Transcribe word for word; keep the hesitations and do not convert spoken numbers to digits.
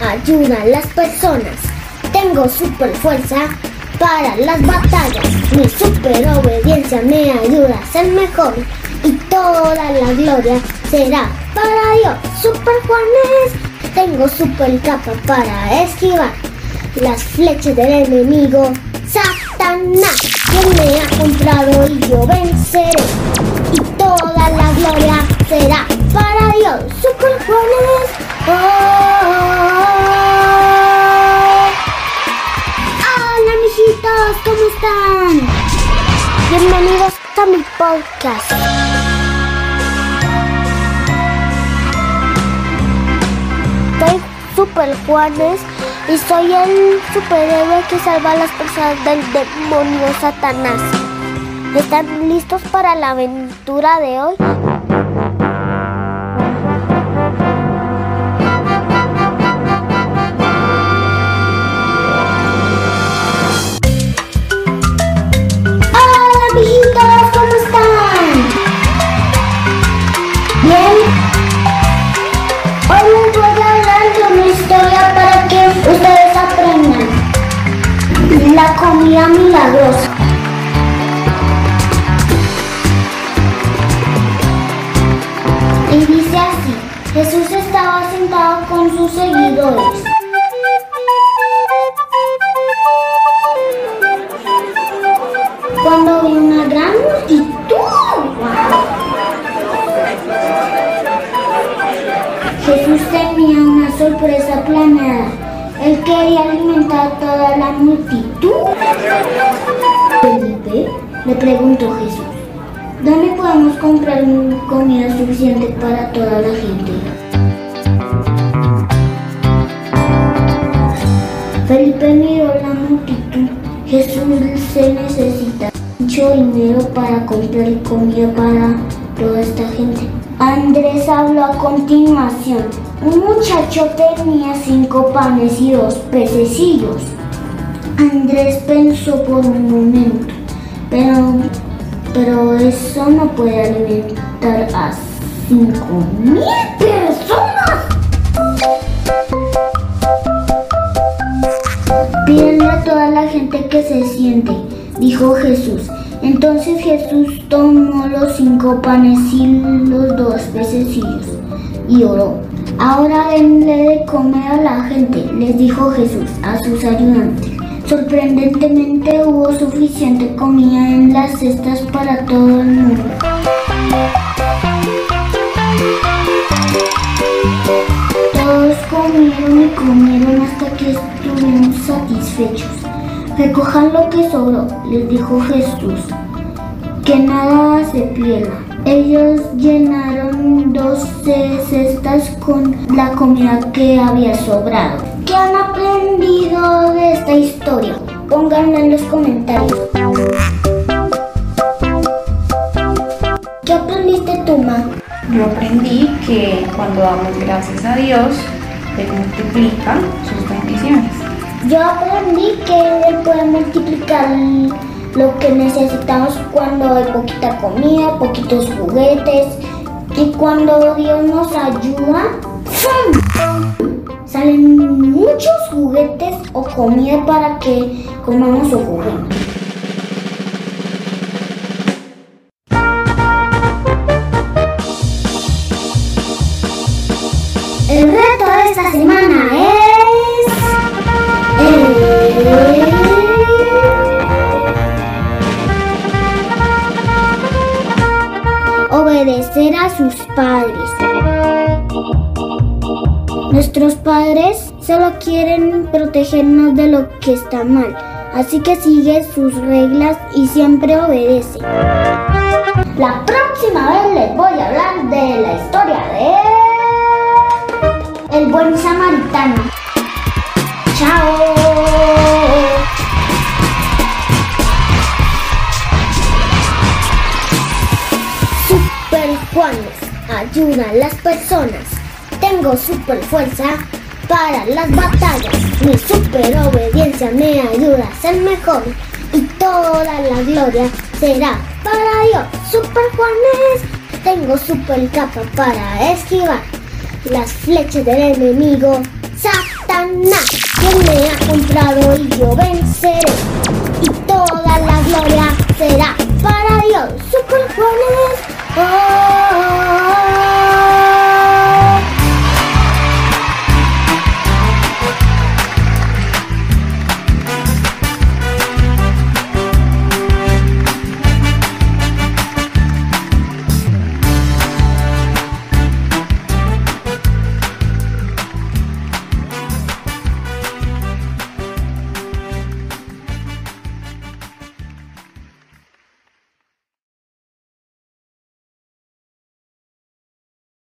ayuda a las personas. Tengo super fuerza para las batallas. Mi super obediencia me ayuda a ser mejor. Y toda la gloria será para Dios. Super Juanes. Tengo super capa para esquivar las flechas del enemigo Satanás. Quien me ha comprado y yo venceré. Y toda la gloria será para Dios. Super Juanes. Oh, oh, oh. Hola amiguitos, ¿cómo están? Bienvenidos a mi podcast. Soy Super Juanes y soy el superhéroe que salva a las personas del demonio Satanás. ¿Están listos para la aventura de hoy? Hola amiguitos, ¿cómo están? ¿Bien? Hoy les voy a hablar de una historia para que ustedes aprendan. La comida milagrosa. Y dice así: Jesús estaba sentado con sus seguidores. Cuando vio una gran multitud. Jesús tenía una sorpresa planeada. Él quería alimentar a toda la multitud. Felipe, le preguntó Jesús, ¿dónde podemos comprar comida suficiente para toda la gente? Felipe miró la multitud. Jesús se necesita mucho dinero para comprar comida para toda esta gente. Andrés habló a continuación. Un muchacho tenía cinco panes y dos pececillos. Andrés pensó por un momento, pero, pero eso no puede alimentar a cinco mil personas. Pídenle a toda la gente que se siente, dijo Jesús. Entonces Jesús tomó los cinco panes y los dos pececillos y oró. Ahora denle de comer a la gente, les dijo Jesús a sus ayudantes. Sorprendentemente hubo suficiente comida en las cestas para todo el mundo. Todos comieron y comieron hasta que estuvieron satisfechos. Recojan lo que sobró, les dijo Jesús, que nada se pierda. Ellos llenaron doce cestas con la comida que había sobrado. ¿Qué han aprendido de esta historia? Pónganlo en los comentarios. ¿Qué aprendiste tú, Ma? Yo aprendí que cuando damos gracias a Dios, Él multiplica sus bendiciones. Yo aprendí que Él puede multiplicar lo que necesitamos cuando hay poquita comida, poquitos juguetes. Y cuando Dios nos ayuda, ¡fum!, salen muchos juguetes o comida para que comamos o juguemos. El reto de esta semana es... Eh... obedecer a sus padres. Nuestros padres solo quieren protegernos de lo que está mal, así que sigue sus reglas y siempre obedece. La próxima vez les voy a hablar de la historia de el buen samaritano. ¡Chao! Super Juanes ayuda a las personas. Tengo super fuerza para las batallas. Mi super obediencia me ayuda a ser mejor. Y toda la gloria será para Dios. Super Juanes. Tengo super capa para esquivar las flechas del enemigo Satanás. Satanás, quien me ha comprado y yo venceré.